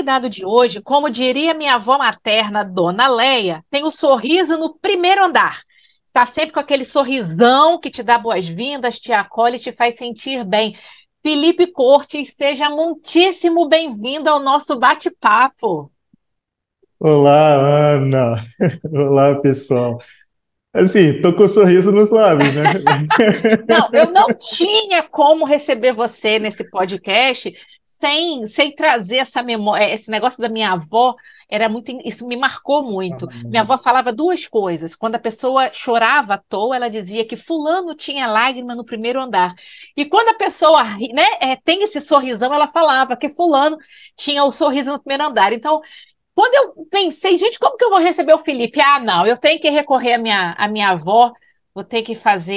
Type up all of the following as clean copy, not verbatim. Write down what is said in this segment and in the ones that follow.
convidado de hoje, como diria minha avó materna, Dona Leia, tem o sorriso no primeiro andar. Está sempre com aquele sorrisão que te dá boas-vindas, te acolhe e te faz sentir bem. Felipe Cortes, seja muitíssimo bem-vindo ao nosso bate-papo. Olá, Ana. Olá, pessoal. Assim, tô com um sorriso nos lábios, né? Não, eu não tinha como receber você nesse podcast sem trazer essa memória, esse negócio da minha avó, era muito, isso me marcou muito. Minha avó falava duas coisas. Quando a pessoa chorava à toa, ela dizia que fulano tinha lágrima no primeiro andar. E quando a pessoa, né, tem esse sorrisão, ela falava que fulano tinha o sorriso no primeiro andar. Então, quando eu pensei, gente, como que eu vou receber o Felipe? Ah, não, eu tenho que recorrer à minha avó, vou ter que fazer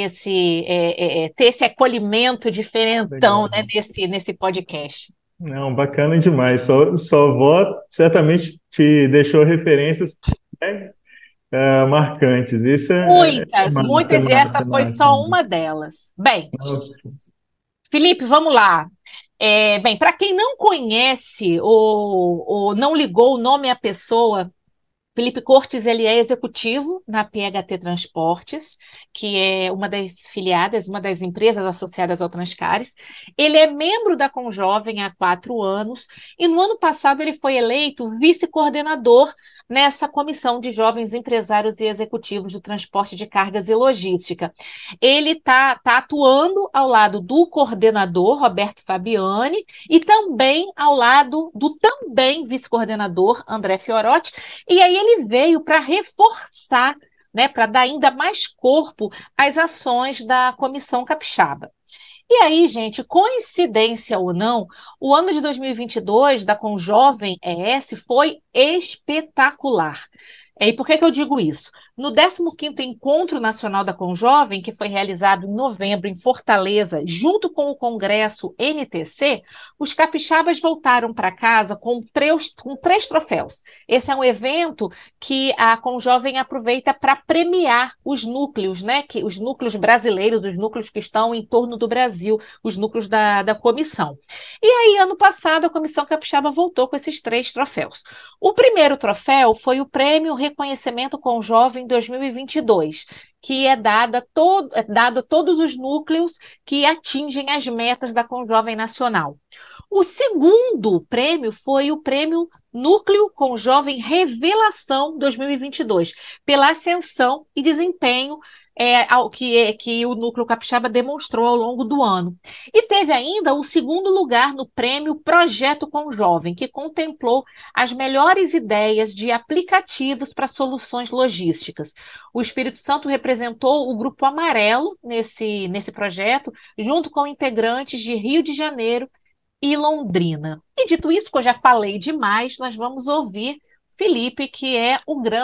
ter esse acolhimento diferentão, né, Legal. nesse podcast. Não, bacana demais. Sua avó certamente te deixou referências, né, marcantes. Isso é Muitas, massa, é muitas, e massa, essa é foi massa. só uma delas. Bem, Nossa. Felipe, vamos lá. Bem, para quem não conhece ou não ligou o nome à pessoa, Felipe Cortes, ele é executivo na PHT Transportes, que é uma das filiadas, uma das empresas associadas ao Transcares. Ele é membro da Conjovem há 4 anos e no ano passado ele foi eleito vice-coordenador nessa comissão de jovens empresários e executivos do transporte de cargas e logística. Ele está atuando ao lado do coordenador, Roberto Fabiani, e também ao lado do também vice-coordenador, André Fiorotti, e aí ele veio para reforçar, né, para dar ainda mais corpo às ações da Comissão Capixaba. E aí, gente, coincidência ou não, o ano de 2022 da Conjovem ES foi espetacular. E por que que eu digo isso? No 15º Encontro Nacional da Conjovem, que foi realizado em novembro em Fortaleza, junto com o Congresso NTC, os capixabas voltaram para casa com três troféus. Esse é um evento que a Conjovem aproveita para premiar os núcleos, né? Os núcleos brasileiros, os núcleos que estão em torno do Brasil, os núcleos da comissão. E aí, ano passado, a Comissão Capixaba voltou com esses três troféus. O primeiro troféu foi o Prêmio Reconhecimento com Jovem 2022, que é dado a todos os núcleos que atingem as metas da Conjovem Nacional. O segundo prêmio foi o prêmio Núcleo com Jovem Revelação 2022, pela ascensão e desempenho que o Núcleo Capixaba demonstrou ao longo do ano. E teve ainda o segundo lugar no prêmio Projeto com Jovem, que contemplou as melhores ideias de aplicativos para soluções logísticas. O Espírito Santo representou o Grupo Amarelo nesse projeto, junto com integrantes de Rio de Janeiro e Londrina. E dito isso, que eu já falei demais, nós vamos ouvir Felipe, que é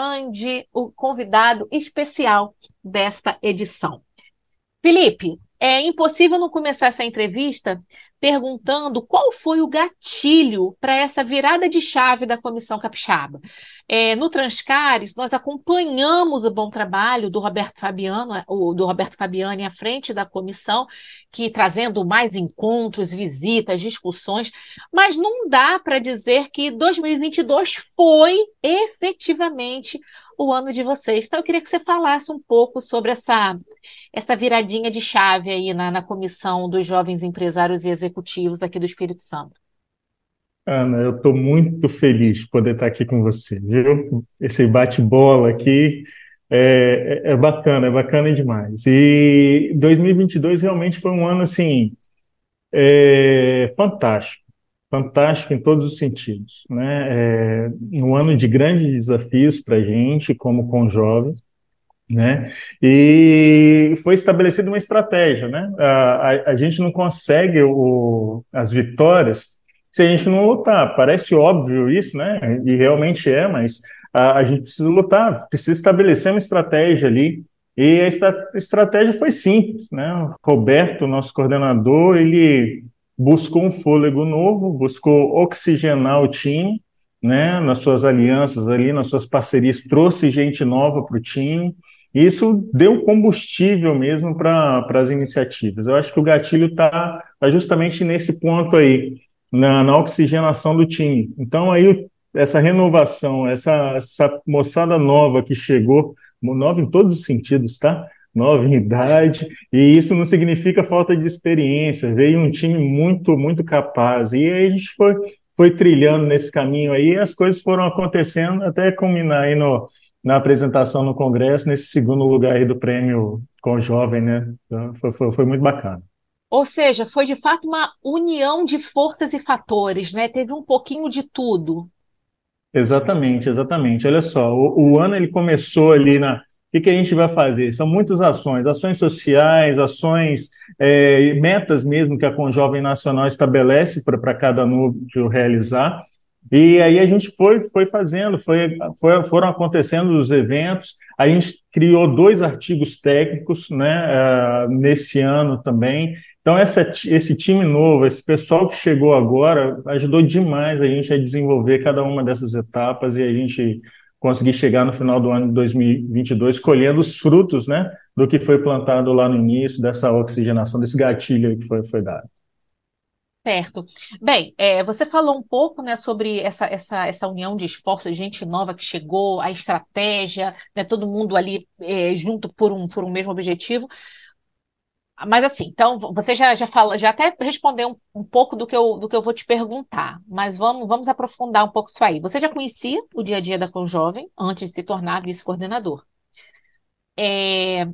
o convidado especial desta edição. Felipe, é impossível não começar essa entrevista perguntando qual foi o gatilho para essa virada de chave da Comissão Capixaba. No Transcares, nós acompanhamos o bom trabalho do Roberto Fabiano, do Roberto Fabiani à frente da comissão, que trazendo mais encontros, visitas, discussões, mas não dá para dizer que 2022 foi efetivamente o ano de vocês. Então, eu queria que você falasse um pouco sobre essa viradinha de chave aí na comissão dos jovens empresários e executivos aqui do Espírito Santo. Ana, eu estou muito feliz de poder estar aqui com você, viu? Esse bate-bola aqui é bacana demais. E 2022 realmente foi um ano, assim, fantástico, fantástico em todos os sentidos, né? Um ano de grandes desafios para a gente, como Conjovem, né? E foi estabelecida uma estratégia, né? A gente não consegue as vitórias se a gente não lutar. Parece óbvio isso, né? E realmente é, mas a gente precisa lutar, precisa estabelecer uma estratégia ali. E estratégia foi simples, né? O Roberto, nosso coordenador, ele buscou um fôlego novo, buscou oxigenar o time, né? Nas suas alianças ali, nas suas parcerias, trouxe gente nova para o time. E isso deu combustível mesmo para as iniciativas. Eu acho que o gatilho está justamente nesse ponto aí. na oxigenação do time. Então, aí, essa renovação, essa moçada nova que chegou, nova em todos os sentidos, tá? Nova em idade, e isso não significa falta de experiência. Veio um time muito, muito capaz. E aí a gente foi trilhando nesse caminho aí, e as coisas foram acontecendo até culminar aí na apresentação no Congresso, nesse segundo lugar aí do prêmio com o jovem, né? Então, foi muito bacana. Ou seja, foi de fato uma união de forças e fatores, né? Teve um pouquinho de tudo. Exatamente, exatamente. Olha só, o ano ele começou ali na. O que que a gente vai fazer? São muitas ações, ações sociais, ações, metas mesmo que a Conjovem Nacional estabelece para cada núcleo realizar. E aí a gente foi fazendo, foram acontecendo os eventos. A gente criou dois artigos técnicos, né, nesse ano também. Então, esse time novo, esse pessoal que chegou agora, ajudou demais a gente a desenvolver cada uma dessas etapas e a gente conseguir chegar no final do ano de 2022 colhendo os frutos, né, do que foi plantado lá no início, dessa oxigenação, desse gatilho aí que foi dado. Certo. Bem, você falou um pouco, né, sobre essa união de esforços, gente nova que chegou, a estratégia, né, todo mundo ali junto por um mesmo objetivo. Mas assim, então você já falou, já até respondeu um pouco do que eu vou te perguntar, mas vamos aprofundar um pouco isso aí. Você já conhecia o dia a dia da Conjovem antes de se tornar vice-coordenador? É,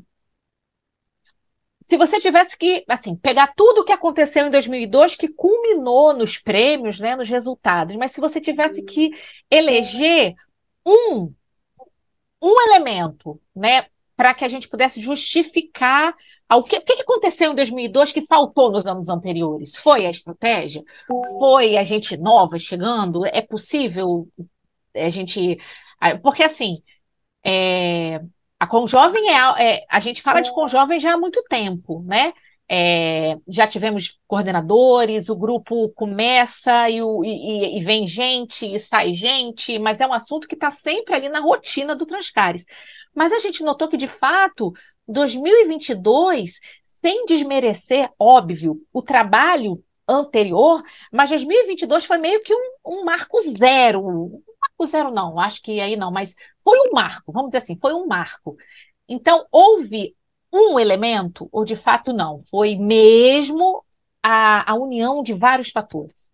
Se você tivesse que, assim, pegar tudo o que aconteceu em 2002, que culminou nos prêmios, né, nos resultados, mas se você tivesse que eleger um, um elemento, né, para que a gente pudesse justificar o que aconteceu em 2002 que faltou nos anos anteriores? Foi a estratégia? Foi a gente nova chegando? É possível a gente. Porque, assim, é, a Conjovem a gente fala de Conjovem já há muito tempo, né? Já tivemos coordenadores, o grupo começa e vem gente e sai gente, mas é um assunto que está sempre ali na rotina do Transcares. Mas a gente notou que, de fato, 2022, sem desmerecer, óbvio, o trabalho anterior, mas 2022 foi meio que um marco zero. Um marco zero não, acho que aí não, mas foi um marco, vamos dizer assim, foi um marco. Então, houve um elemento, ou de fato não? Foi mesmo a união de vários fatores.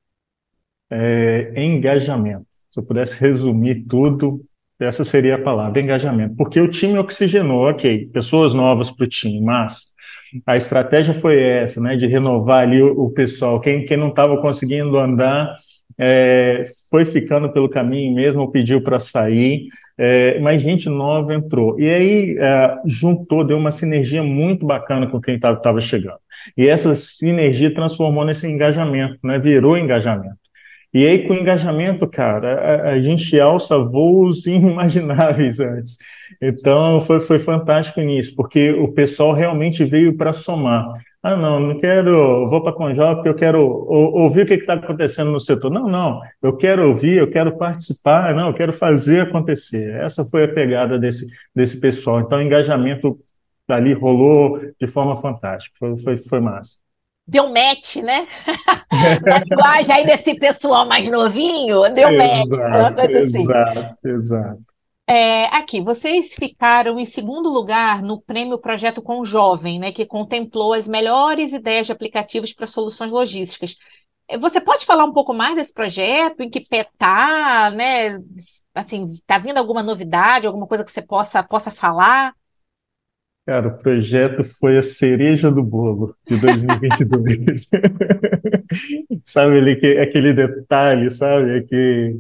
Engajamento. Se eu pudesse resumir tudo, essa seria a palavra, engajamento. Porque o time oxigenou, ok, pessoas novas para o time, mas a estratégia foi essa, né, de renovar ali o pessoal. Quem não estava conseguindo andar foi ficando pelo caminho mesmo, pediu para sair, mas gente nova entrou. E aí juntou, deu uma sinergia muito bacana com quem estava chegando. E essa sinergia transformou nesse engajamento, né, virou engajamento. E aí, com o engajamento, cara, a gente alça voos inimagináveis antes. Então, foi fantástico nisso, porque o pessoal realmente veio para somar. Ah, não quero, vou para a Conjob porque eu quero ouvir o que está acontecendo no setor. Não, não, eu quero ouvir, eu quero participar, não, eu quero fazer acontecer. Essa foi a pegada desse pessoal. Então, o engajamento ali rolou de forma fantástica, foi massa. Deu match, né? Na linguagem aí desse pessoal mais novinho, deu match, uma Exato, coisa assim. exato, exato. Aqui, vocês ficaram em segundo lugar no prêmio Projeto Com Jovem, né, que contemplou as melhores ideias de aplicativos para soluções logísticas. Você pode falar um pouco mais desse projeto, em que pé tá, né? Assim, tá vindo alguma novidade, alguma coisa que você possa falar? Cara, o projeto foi a cereja do bolo de 2022. Sabe, aquele detalhe, sabe, que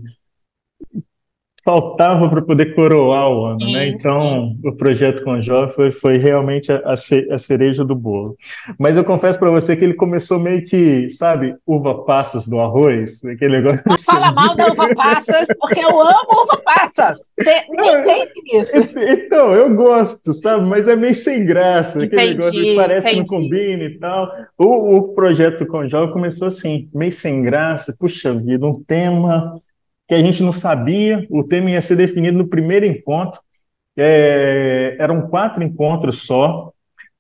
faltava para poder coroar o ano, né? Sim, sim. Então, o projeto com Conjó foi realmente a cereja do bolo. Mas eu confesso para você que ele começou meio que, sabe, uva passas do arroz, aquele negócio Não fala assim. mal da uva passas, porque eu amo uva passas. Me Não, entende isso? então, eu gosto, sabe? Mas é meio sem graça, aquele negócio que Entendi, parece que não entendi. combina e tal. O projeto Conjó começou assim, meio sem graça, puxa vida, um tema que a gente não sabia, o tema ia ser definido no primeiro encontro, eram quatro encontros só,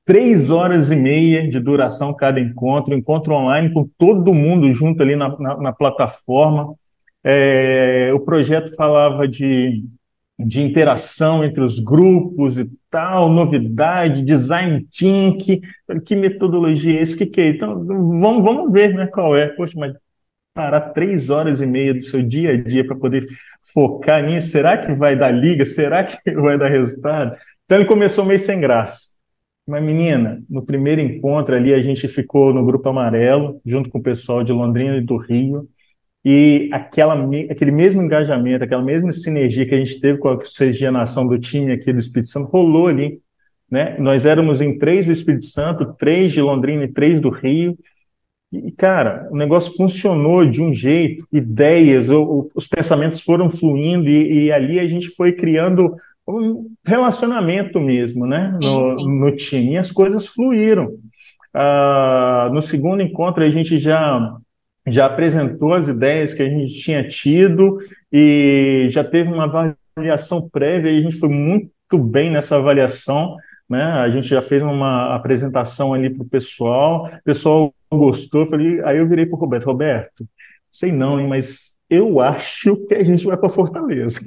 3 horas e meia de duração cada encontro online com todo mundo junto ali na plataforma. O projeto falava de interação entre os grupos e tal, novidade, design thinking, que metodologia é esse? Que é? Então, vamos ver, né, qual é. Poxa, mas parar 3 horas e meia do seu dia a dia para poder focar nisso, será que vai dar liga? Será que vai dar resultado? Então ele começou meio sem graça. Mas, menina, no primeiro encontro ali, a gente ficou no Grupo Amarelo, junto com o pessoal de Londrina e do Rio, e aquele mesmo engajamento, aquela mesma sinergia que a gente teve com a oxigenação do time aqui do Espírito Santo, rolou ali, né? Nós éramos em 3 do Espírito Santo, 3 de Londrina e 3 do Rio, e, cara, o negócio funcionou de um jeito, ideias, os pensamentos foram fluindo, e ali a gente foi criando um relacionamento mesmo, né, Sim, no, sim. no time, e as coisas fluíram. No segundo encontro, a gente já apresentou as ideias que a gente tinha tido e já teve uma avaliação prévia, e a gente foi muito bem nessa avaliação, né? A gente já fez uma apresentação ali para o pessoal gostou, aí eu virei para o Roberto, sei não, hein, mas eu acho que a gente vai para Fortaleza.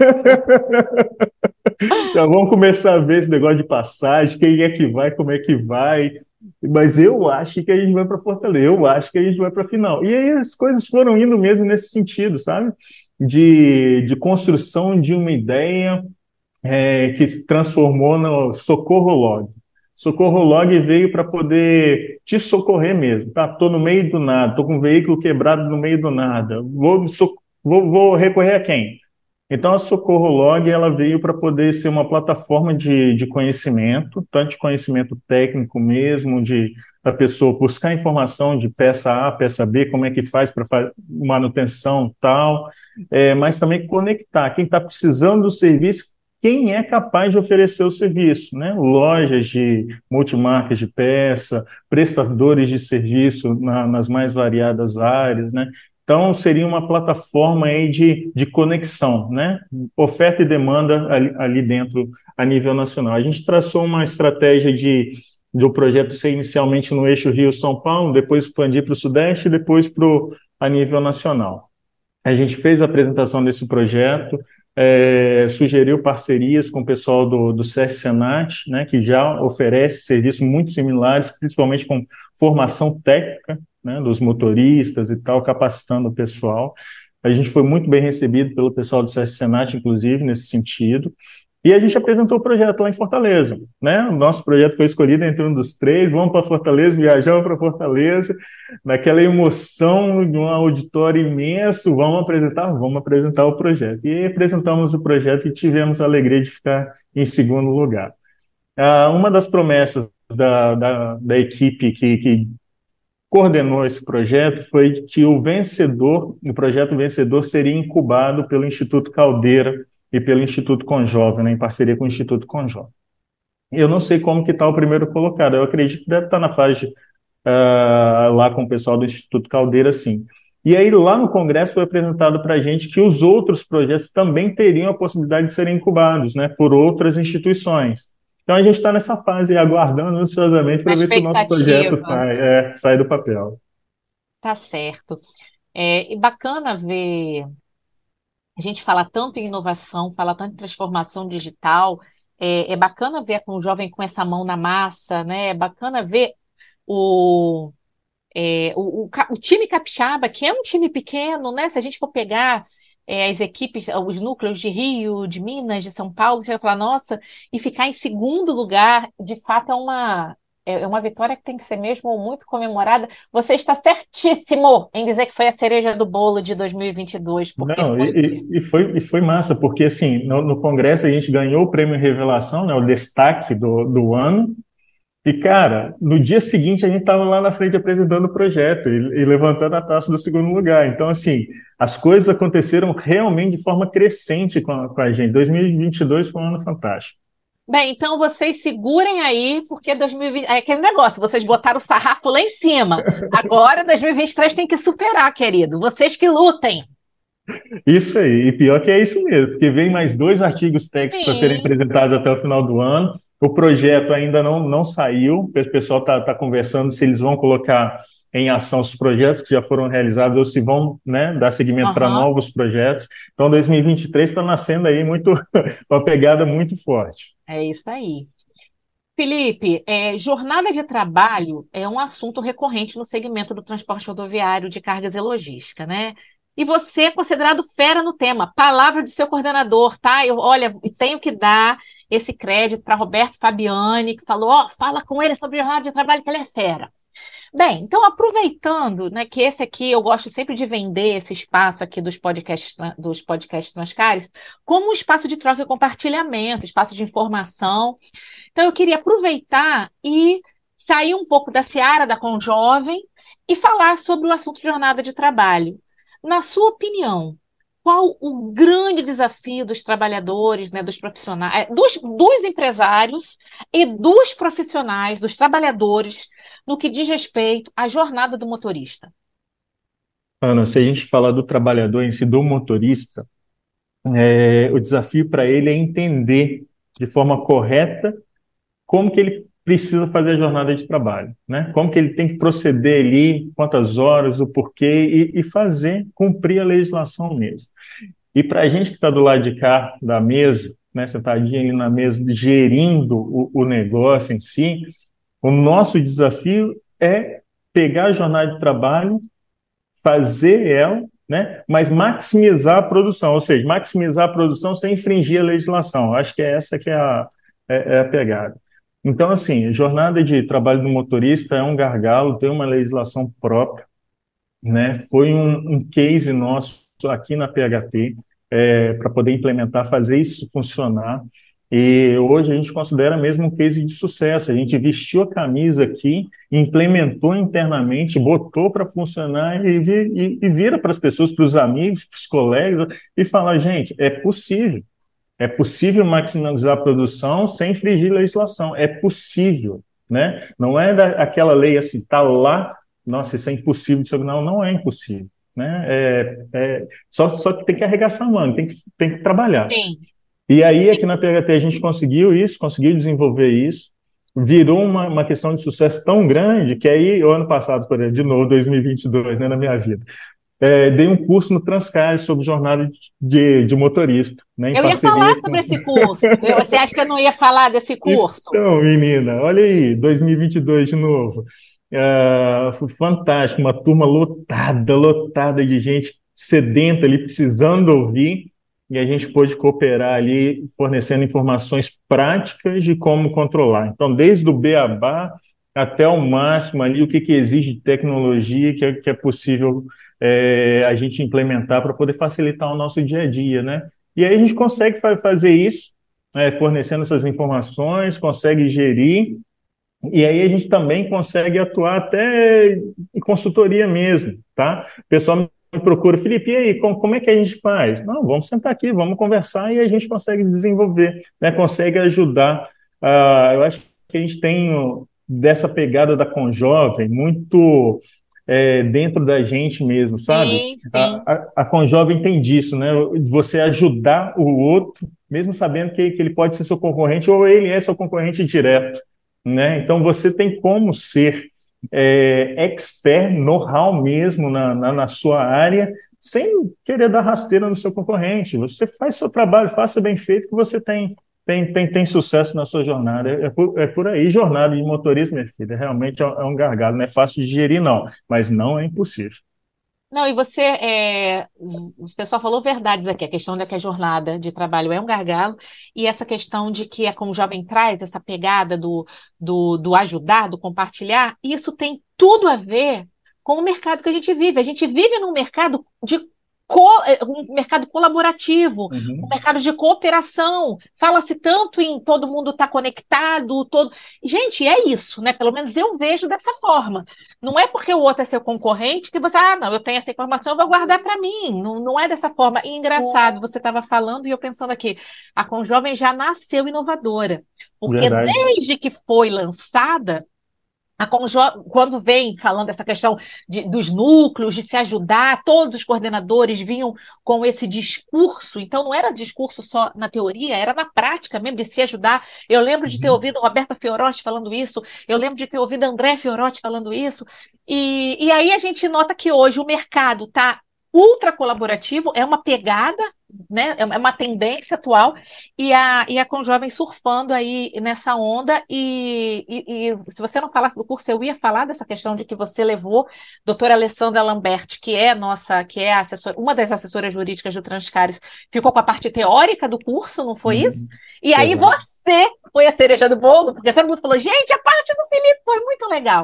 Já vamos começar a ver esse negócio de passagem, quem é que vai, como é que vai. Mas eu acho que a gente vai para Fortaleza, eu acho que a gente vai para a final. E aí as coisas foram indo mesmo nesse sentido, sabe? De construção de uma ideia que se transformou no Socorro Log. Socorro Log veio para poder te socorrer mesmo. Tá? Estou no meio do nada, estou com um veículo quebrado no meio do nada. Vou recorrer a quem? Então, a Socorro Log ela veio para poder ser uma plataforma de conhecimento, tanto de conhecimento técnico mesmo, de a pessoa buscar informação de peça A, peça B, como é que faz para manutenção tal, mas também conectar quem está precisando do serviço, quem é capaz de oferecer o serviço, né? Lojas de multimarcas de peça, prestadores de serviço nas mais variadas áreas, né? Então, seria uma plataforma aí de conexão, né? Oferta e demanda ali dentro, a nível nacional. A gente traçou uma estratégia do projeto ser inicialmente no eixo Rio-São Paulo, depois expandir para o Sudeste e depois a nível nacional. A gente fez a apresentação desse projeto, sugeriu parcerias com o pessoal do SESC Senat, né, que já oferece serviços muito similares, principalmente com formação técnica, né, dos motoristas e tal, capacitando o pessoal. A gente foi muito bem recebido pelo pessoal do SESC Senat, inclusive, nesse sentido. E a gente apresentou o projeto lá em Fortaleza, né? O nosso projeto foi escolhido entre um dos 3, vamos para Fortaleza, viajamos para Fortaleza, naquela emoção de um auditório imenso, vamos apresentar o projeto. E apresentamos o projeto e tivemos a alegria de ficar em segundo lugar. Uma das promessas da equipe que coordenou esse projeto foi que o projeto vencedor seria incubado pelo Instituto Caldeira e pelo Instituto Conjovem, né, em parceria com o Instituto Conjovem. Eu não sei como que está o primeiro colocado, eu acredito que deve estar na fase lá com o pessoal do Instituto Caldeira, sim. E aí lá no Congresso foi apresentado para a gente que os outros projetos também teriam a possibilidade de serem incubados, né, por outras instituições. Então a gente está nessa fase aguardando ansiosamente A para ver se o nosso projeto expectativa. sai do papel. Tá certo. E bacana ver. A gente fala tanto em inovação, fala tanto em transformação digital. É bacana ver com o jovem com essa mão na massa, né? É bacana ver o, o time capixaba, que é um time pequeno, né? Se a gente for pegar as equipes, os núcleos de Rio, de Minas, de São Paulo, você vai falar, nossa, e ficar em segundo lugar, de fato, é uma vitória que tem que ser mesmo muito comemorada. Você está certíssimo em dizer que foi a cereja do bolo de 2022, porque Não, foi mesmo. e foi massa, porque assim, no Congresso a gente ganhou o prêmio Revelação, né, o destaque do ano, e cara, no dia seguinte a gente estava lá na frente apresentando o projeto e levantando a taça do segundo lugar. Então, assim, as coisas aconteceram realmente de forma crescente com a gente. 2022 foi um ano fantástico. Bem, então vocês segurem aí, porque 2020 é aquele negócio, vocês botaram o sarrafo lá em cima. Agora 2023 tem que superar, querido. Vocês que lutem. Isso aí, e pior que é isso mesmo, porque vem mais 2 artigos técnicos para serem Sim, apresentados até o final do ano. O projeto ainda não saiu, o pessoal está conversando se eles vão colocar em ação os projetos que já foram realizados ou se vão, né, dar seguimento para Aham, novos projetos. Então, 2023 está nascendo aí muito, uma pegada muito forte. é isso aí. Felipe, jornada de trabalho é um assunto recorrente no segmento do transporte rodoviário de cargas e logística, né? E você é considerado fera no tema. Palavra de seu coordenador, tá? Olha, tenho que dar esse crédito para Roberto Fabiani, que falou, ó, fala com ele sobre jornada de trabalho, que ele é fera. Bem, então aproveitando, né, que esse aqui eu gosto sempre de vender esse espaço aqui dos podcasts Transcares como um espaço de troca e compartilhamento, espaço de informação. Então, eu queria aproveitar e sair um pouco da seara da Conjovem e falar sobre o assunto de jornada de trabalho. Na sua opinião, qual o grande desafio dos trabalhadores, né, dos profissionais, dos empresários e dos profissionais, dos trabalhadores, no que diz respeito à jornada do motorista? Ana, se a gente falar do trabalhador em si, do motorista, o desafio para ele é entender de forma correta como que ele precisa fazer a jornada de trabalho, né? Como que ele tem que proceder ali, quantas horas, o porquê e fazer cumprir a legislação mesmo. E para a gente que está do lado de cá da mesa, né, sentadinho ali na mesa, gerindo o negócio em si, o nosso desafio é pegar a jornada de trabalho, fazer ela, né, mas maximizar a produção, ou seja, maximizar a produção sem infringir a legislação. Acho que é essa que é a pegada. Então, assim, a jornada de trabalho do motorista é um gargalo, tem uma legislação própria, né? Foi um case nosso aqui na PHT para poder implementar, fazer isso funcionar. E hoje a gente considera mesmo um case de sucesso. A gente vestiu a camisa aqui, implementou internamente, botou para funcionar e vira para as pessoas, para os amigos, para os colegas, e fala, gente, é possível. É possível maximizar a produção sem infringir legislação. É possível, né? Não é aquela lei assim, está lá, nossa, isso é impossível. Não, não é impossível, né? Só que tem que arregaçar a mão, tem que trabalhar. Sim. E aí, aqui na PHT, a gente conseguiu isso, conseguiu desenvolver isso, virou uma questão de sucesso tão grande que aí, o ano passado, por exemplo, de novo, 2022, né, na minha vida, dei um curso no Transcare sobre jornada de motorista, né, em Eu ia falar parceria sobre com... esse curso. Você acha que eu não ia falar desse curso? Então, menina, olha aí, 2022 de novo. Foi fantástico, uma turma lotada, lotada de gente sedenta ali, precisando ouvir, e a gente pôde cooperar ali, fornecendo informações práticas de como controlar. Então, desde o beabá até o máximo ali, o que exige de tecnologia que é possível a gente implementar para poder facilitar o nosso dia a dia, né? E aí a gente consegue fazer isso, fornecendo essas informações, consegue gerir, e aí a gente também consegue atuar até em consultoria mesmo, tá? O pessoal me procura, Felipe, e aí, como é que a gente faz? Não, vamos sentar aqui, vamos conversar e a gente consegue desenvolver, né? Consegue ajudar. Eu acho que a gente tem dessa pegada da Conjovem muito dentro da gente mesmo, sabe? Sim, sim. A Conjovem tem disso, né? Você ajudar o outro, mesmo sabendo que ele pode ser seu concorrente ou ele é seu concorrente direto, né? Então você tem como ser expert, know-how mesmo na sua área, sem querer dar rasteira no seu concorrente. Você faz seu trabalho, faça bem feito, que você tem sucesso na sua jornada. É por aí. Jornada de motorista, minha filha, realmente é um gargalo. Não é fácil de digerir, não, mas não é impossível. Não, e você só falou verdades aqui, a questão de que a jornada de trabalho é um gargalo, e essa questão de que, como o jovem traz, essa pegada do ajudar, do compartilhar, isso tem tudo a ver com o mercado que a gente vive. A gente vive num mercado um mercado colaborativo, um Uhum. mercado de cooperação. Fala-se tanto em todo mundo estar conectado, todo. Gente, é isso, né? Pelo menos eu vejo dessa forma. Não é porque o outro é seu concorrente que você, não, eu tenho essa informação, eu vou guardar para mim. Não, não é dessa forma. E engraçado, você estava falando e eu pensando aqui, a Conjovem já nasceu inovadora, porque Verdade. desde que foi lançada, Quando vem falando essa questão dos núcleos, de se ajudar, todos os coordenadores vinham com esse discurso, então não era discurso só na teoria, era na prática mesmo, de se ajudar. Eu lembro de ter Uhum. ouvido Roberta Fiorotti falando isso, eu lembro de ter ouvido André Fiorotti falando isso, e aí a gente nota que hoje o mercado está ultra colaborativo, é uma pegada, né, é uma tendência atual, e a Conjovem surfando aí nessa onda, e se você não falasse do curso, eu ia falar dessa questão de que você levou doutora Alessandra Lambert, que é a uma das assessoras jurídicas do Transcares, ficou com a parte teórica do curso, não foi isso? Uhum. E aí Exato. você foi a cereja do bolo, porque todo mundo falou, gente, a parte do Felipe foi muito legal.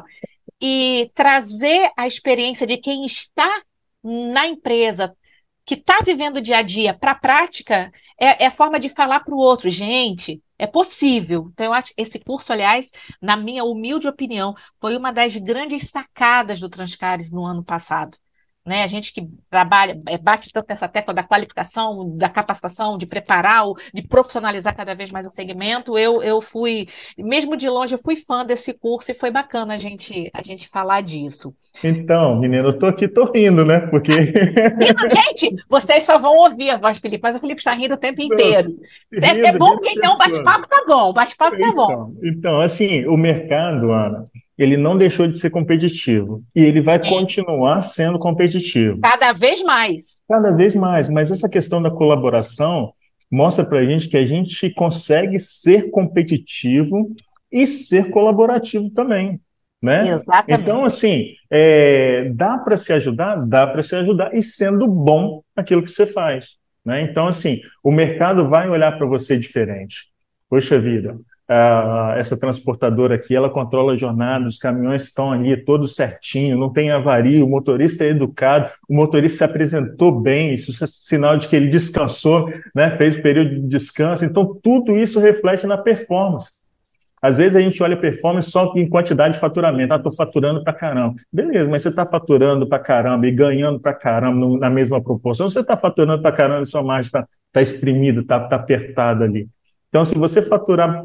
E trazer a experiência de quem está na empresa, que está vivendo o dia a dia para a prática, é a forma de falar para o outro, gente, é possível. Então, eu acho que esse curso, aliás, na minha humilde opinião, foi uma das grandes sacadas do Transcares no ano passado. Né? A gente que trabalha, bate tanto nessa tecla da qualificação, da capacitação, de preparar, de profissionalizar cada vez mais o segmento, eu fui, mesmo de longe, eu fui fã desse curso e foi bacana a gente falar disso. Então, menino, eu tô aqui, tô rindo, né? Porque Rindo, gente, vocês só vão ouvir a voz do Felipe, mas o Felipe está rindo o tempo não, inteiro. É rindo, bom rindo porque o então o tempo todo. bate-papo tá bom, o bate-papo tá bom. Então, assim, o mercado, Ana, ele não deixou de ser competitivo e ele vai É, continuar sendo competitivo, cada vez mais. cada vez mais. Mas essa questão da colaboração mostra para a gente que a gente consegue ser competitivo e ser colaborativo também, né? Então, Exatamente. assim, dá para se ajudar? Dá para se ajudar e sendo bom naquilo que você faz, né? Então, assim, o mercado vai olhar para você diferente. Poxa vida, essa transportadora aqui, ela controla a jornada, os caminhões estão ali todos certinho, não tem avaria, o motorista é educado, o motorista se apresentou bem, isso é sinal de que ele descansou, né, fez o período de descanso, então tudo isso reflete na performance. Às vezes a gente olha performance só em quantidade de faturamento. Ah, estou faturando para caramba. Beleza, mas você está faturando para caramba e ganhando para caramba na mesma proporção. Você está faturando para caramba e sua margem está exprimida, está apertada ali. Então, se você faturar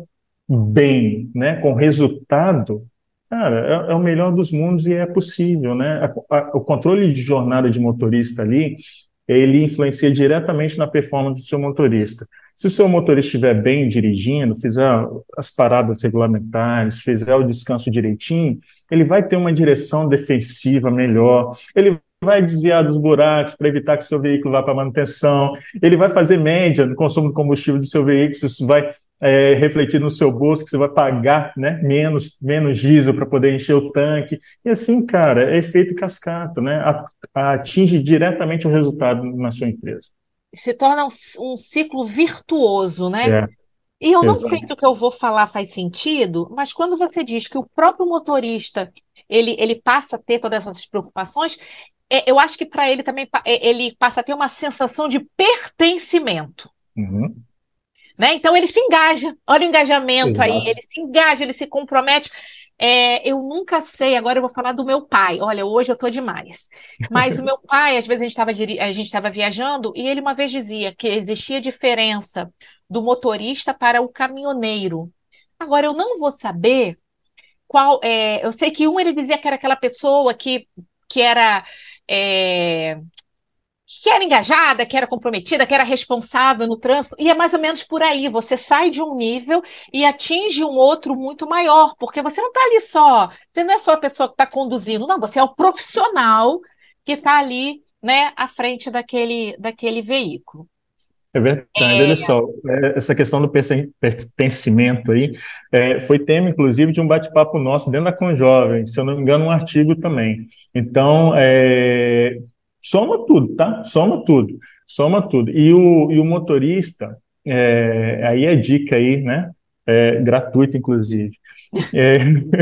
bem, né, com resultado, cara, é o melhor dos mundos e é possível, né? O controle de jornada de motorista ali, ele influencia diretamente na performance do seu motorista. Se o seu motorista estiver bem dirigindo, fizer as paradas regulamentares, fizer o descanso direitinho, ele vai ter uma direção defensiva melhor, ele vai desviar dos buracos para evitar que seu veículo vá para manutenção, ele vai fazer média no consumo de combustível do seu veículo, isso vai refletir no seu bolso, que você vai pagar, né, menos diesel para poder encher o tanque. E assim, cara, é efeito cascata, né? Atinge diretamente o resultado na sua empresa. Se torna um ciclo virtuoso, né? É, E eu não sei exato. se o que eu vou falar faz sentido, mas quando você diz que o próprio motorista ele passa a ter todas essas preocupações, eu acho que para ele também ele passa a ter uma sensação de pertencimento. Uhum. Né? Então ele se engaja, olha o engajamento aí, Exato. ele se engaja, ele se compromete. Eu nunca sei, agora eu vou falar do meu pai. Olha, hoje eu tô demais. Mas o meu pai, às vezes a gente estava viajando e ele uma vez dizia que existia diferença do motorista para o caminhoneiro. Agora eu não vou saber qual. Eu sei que ele dizia que era aquela pessoa que era é, que era engajada, que era comprometida, que era responsável no trânsito, e é mais ou menos por aí. Você sai de um nível e atinge um outro muito maior, porque você não está ali só, você não é só a pessoa que está conduzindo, não, você é o profissional que está ali, né, à frente daquele veículo. É verdade, olha É, só, essa questão do pertencimento aí foi tema, inclusive, de um bate-papo nosso dentro da Conjovem, se eu não me engano, um artigo também. Então, soma tudo, tá? Soma tudo, soma tudo. E o motorista, aí é dica aí, né? Gratuita, inclusive. É,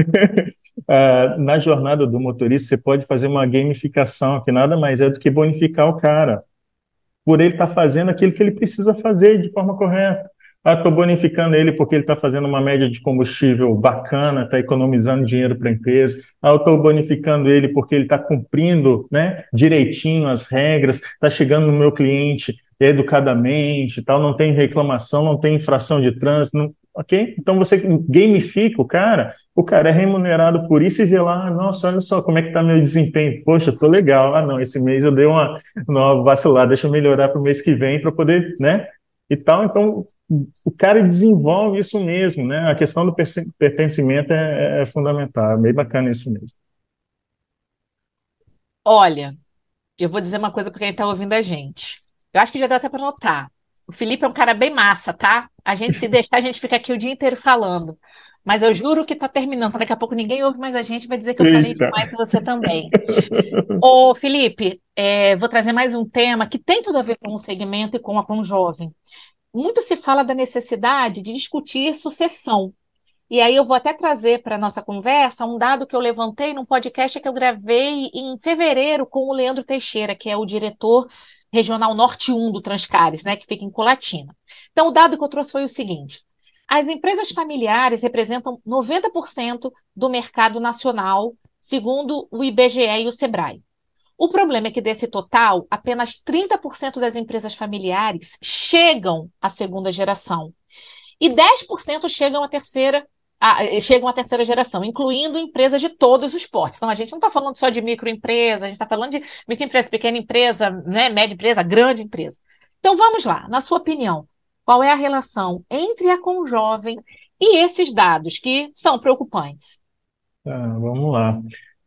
na jornada do motorista, você pode fazer uma gamificação, que nada mais é do que bonificar o cara por ele estar fazendo aquilo que ele precisa fazer de forma correta. Ah, estou bonificando ele porque ele está fazendo uma média de combustível bacana, está economizando dinheiro para a empresa. Ah, eu estou bonificando ele porque ele está cumprindo, né, direitinho as regras, está chegando no meu cliente educadamente, tal, não tem reclamação, não tem infração de trânsito. ok? Então você gamifica o cara é remunerado por isso e vê lá, "Ah, nossa, olha só como é que está meu desempenho, poxa, tô legal, ah não, esse mês eu dei uma vacilada, deixa eu melhorar para o mês que vem para poder, né? E tal, então o cara desenvolve isso mesmo, né? A questão do pertencimento é fundamental, é bem bacana isso mesmo. Olha, eu vou dizer uma coisa para quem está ouvindo a gente. Eu acho que já dá até para notar. O Felipe é um cara bem massa, tá? A gente se deixar, a gente fica aqui o dia inteiro falando. Mas eu juro que está terminando. Daqui a pouco ninguém ouve mais a gente, vai dizer que eu falei Eita! demais e você também. Ô, Felipe, vou trazer mais um tema que tem tudo a ver com o segmento e com o jovem. Muito se fala da necessidade de discutir sucessão. E aí eu vou até trazer para a nossa conversa um dado que eu levantei num podcast que eu gravei em fevereiro com o Leandro Teixeira, que é o diretor regional Norte 1 do Transcares, né, que fica em Colatina. Então, o dado que eu trouxe foi o seguinte: as empresas familiares representam 90% do mercado nacional, segundo o IBGE e o Sebrae. O problema é que desse total, apenas 30% das empresas familiares chegam à segunda geração e 10% chegam à terceira geração, incluindo empresas de todos os portes. Então, a gente não está falando só de microempresa, a gente está falando de microempresa, pequena empresa, né, média empresa, grande empresa. Então, vamos lá, na sua opinião, qual é a relação entre a Conjovem e esses dados que são preocupantes? Tá, vamos lá.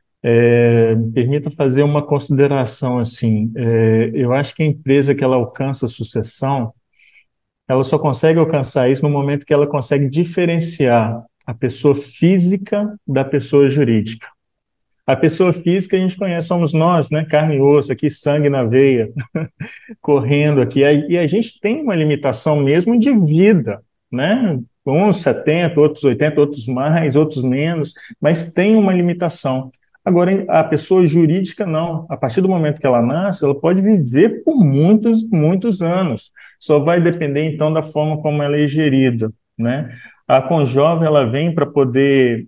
Me permita fazer uma consideração assim. Eu acho que a empresa que ela alcança a sucessão, ela só consegue alcançar isso no momento que ela consegue diferenciar a pessoa física da pessoa jurídica. A pessoa física a gente conhece, somos nós, né? Carne e osso, aqui sangue na veia, correndo aqui. E a gente tem uma limitação mesmo de vida, né? Uns 70, outros 80, outros mais, outros menos, mas tem uma limitação. Agora, a pessoa jurídica não. A partir do momento que ela nasce, ela pode viver por muitos, muitos anos. Só vai depender, então, da forma como ela é gerida, né? A Conjove, ela vem para poder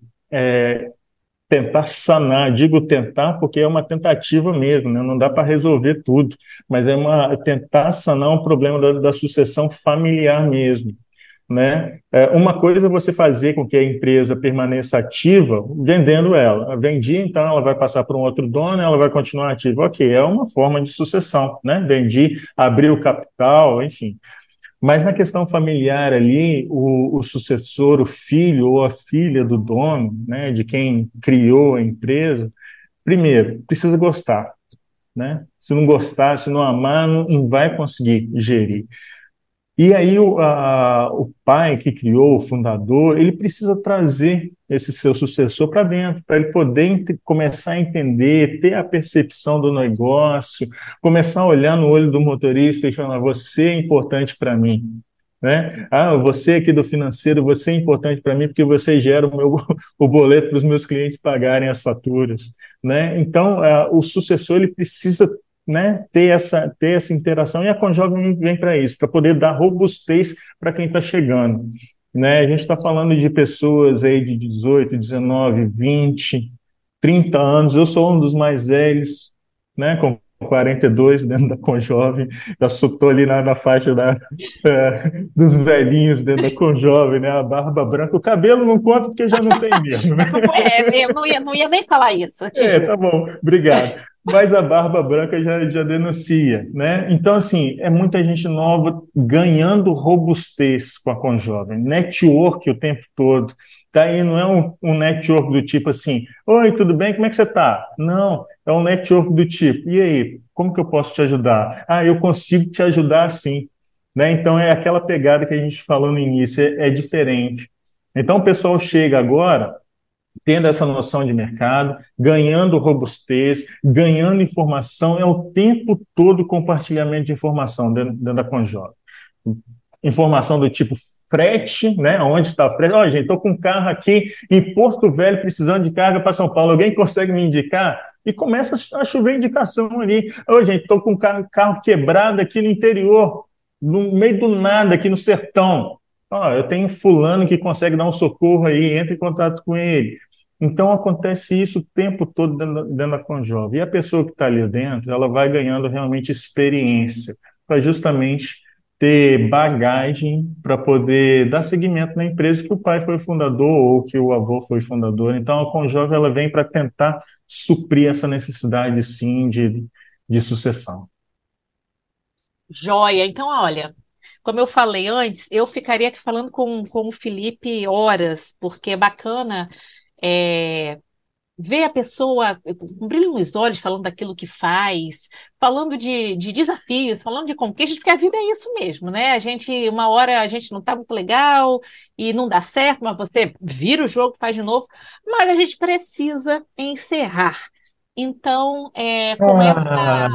tentar sanar, digo tentar porque é uma tentativa mesmo, né? Não dá para resolver tudo, mas tentar sanar um problema da sucessão familiar mesmo, né? Uma coisa é você fazer com que a empresa permaneça ativa vendendo ela. Vendi, então ela vai passar para um outro dono, ela vai continuar ativa. Ok, é uma forma de sucessão, né? Vendi, abri o capital, enfim. Mas na questão familiar ali, o sucessor, o filho ou a filha do dono, né, de quem criou a empresa, primeiro, precisa gostar, né? Se não gostar, se não amar, não vai conseguir gerir. E aí o pai que criou, o fundador, ele precisa trazer esse seu sucessor para dentro, para ele poder começar a entender, ter a percepção do negócio, começar a olhar no olho do motorista e falar, você é importante para mim, né? Ah, você aqui do financeiro, você é importante para mim porque você gera o boleto para os meus clientes pagarem as faturas, né? Então, o sucessor ele precisa, né, ter essa interação e a Conjovem vem para isso, para poder dar robustez para quem está chegando, né? A gente está falando de pessoas aí de 18, 19, 20, 30 anos. Eu sou um dos mais velhos, né, com 42 dentro da Conjovem, já estou ali na faixa dos velhinhos dentro da Conjovem, né? A barba branca, o cabelo não conta porque já não tem mesmo, né? Eu não ia nem falar isso, eu te juro. Tá bom, obrigado. Mas a barba branca já denuncia, né? Então, assim, é muita gente nova ganhando robustez com a Conjovem. Network o tempo todo. Tá aí, não é um network do tipo assim, oi, tudo bem? Como é que você tá? Não, é um network do tipo, e aí, como que eu posso te ajudar? Ah, eu consigo te ajudar sim. Né? Então, é aquela pegada que a gente falou no início, é diferente. Então, o pessoal chega agora tendo essa noção de mercado, ganhando robustez, ganhando informação, é o tempo todo compartilhamento de informação dentro da Conjota. Informação do tipo frete, né? Onde está o frete? Ó, gente, estou com um carro aqui em Porto Velho precisando de carga para São Paulo. Alguém consegue me indicar? E começa a chover indicação ali. Ô, gente, estou com um carro quebrado aqui no interior, no meio do nada, aqui no sertão. Ó, eu tenho fulano que consegue dar um socorro aí, entre em contato com ele. Então acontece isso o tempo todo dentro da Conjove. E a pessoa que está ali dentro, ela vai ganhando realmente experiência para justamente ter bagagem para poder dar seguimento na empresa que o pai foi fundador ou que o avô foi fundador. Então, a Conjove ela vem para tentar suprir essa necessidade, sim, de sucessão. Joia. Então, olha, como eu falei antes, eu ficaria aqui falando com o Felipe horas, porque é bacana é, ver a pessoa com brilho nos olhos, falando daquilo que faz, falando de desafios, falando de conquistas, porque a vida é isso mesmo, né? A gente, uma hora a gente não está muito legal e não dá certo, mas você vira o jogo, faz de novo, mas a gente precisa encerrar. Então, com essa. Ah,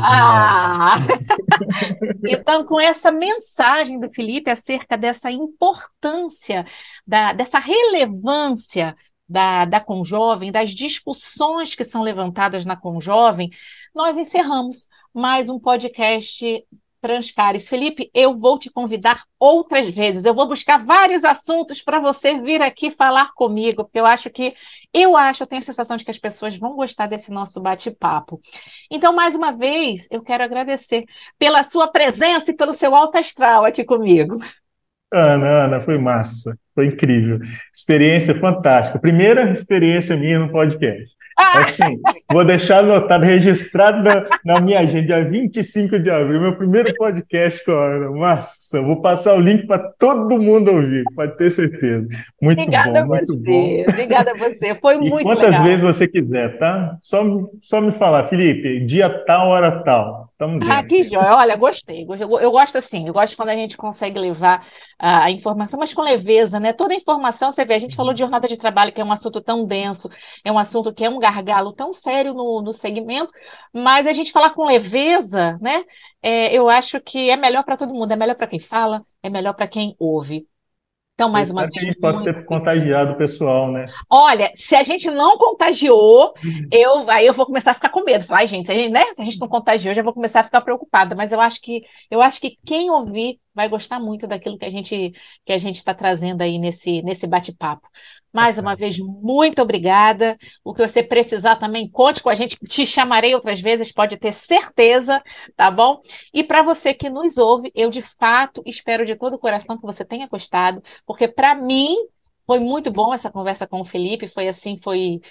Então, com essa mensagem do Felipe acerca dessa importância, dessa relevância da Conjovem, das discussões que são levantadas na Conjovem, nós encerramos mais um podcast Transcares. Felipe, eu vou te convidar outras vezes. Eu vou buscar vários assuntos para você vir aqui falar comigo, porque eu tenho a sensação de que as pessoas vão gostar desse nosso bate-papo. Então, mais uma vez, eu quero agradecer pela sua presença e pelo seu alto astral aqui comigo. Ana, foi massa, foi incrível. Experiência fantástica. Primeira experiência minha no podcast. Ah, Assim, vou deixar anotado, registrado na minha agenda, dia 25 de abril, meu primeiro podcast com a Ana. Massa, vou passar o link para todo mundo ouvir, pode ter certeza. Muito obrigada bom, a muito bom. você, obrigada a você. Foi E muito quantas vezes legal. você quiser, tá? Só me falar, Felipe, dia tal, hora tal. Tamo Ah, dentro. que joia. Olha, gostei. Eu gosto assim, eu gosto quando a gente consegue levar a informação, mas com leveza, né? Toda informação, você vê, a gente falou de jornada de trabalho, que é um assunto tão denso, é um assunto que é um gargalo tão sério no segmento, mas a gente falar com leveza, né? Eu acho que é melhor para todo mundo, é melhor para quem fala, é melhor para quem ouve. Então, Eu mais uma espero que a vez, gente possa muito ter obrigada. contagiado o pessoal, né? Olha, se a gente não contagiou, aí eu vou começar a ficar com medo. Falar, "Ai, gente, se a gente não contagiou, eu já vou começar a ficar preocupada. Mas eu acho que quem ouvir vai gostar muito daquilo que a gente está trazendo aí nesse bate-papo. Mais uma Bacana. vez, muito obrigada. O que você precisar também, conte com a gente. Te chamarei outras vezes, pode ter certeza, tá bom? E para você que nos ouve, eu de fato espero de todo o coração que você tenha gostado, porque para mim foi muito bom essa conversa com o Felipe, foi assim,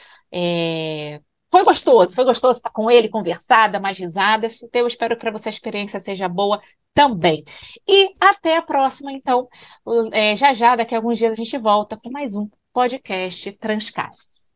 é, foi gostoso estar com ele, conversar, dar mais risadas. Então, eu espero que para você a experiência seja boa também. E até a próxima, então. Já já, daqui a alguns dias, a gente volta com mais um podcast Transcares.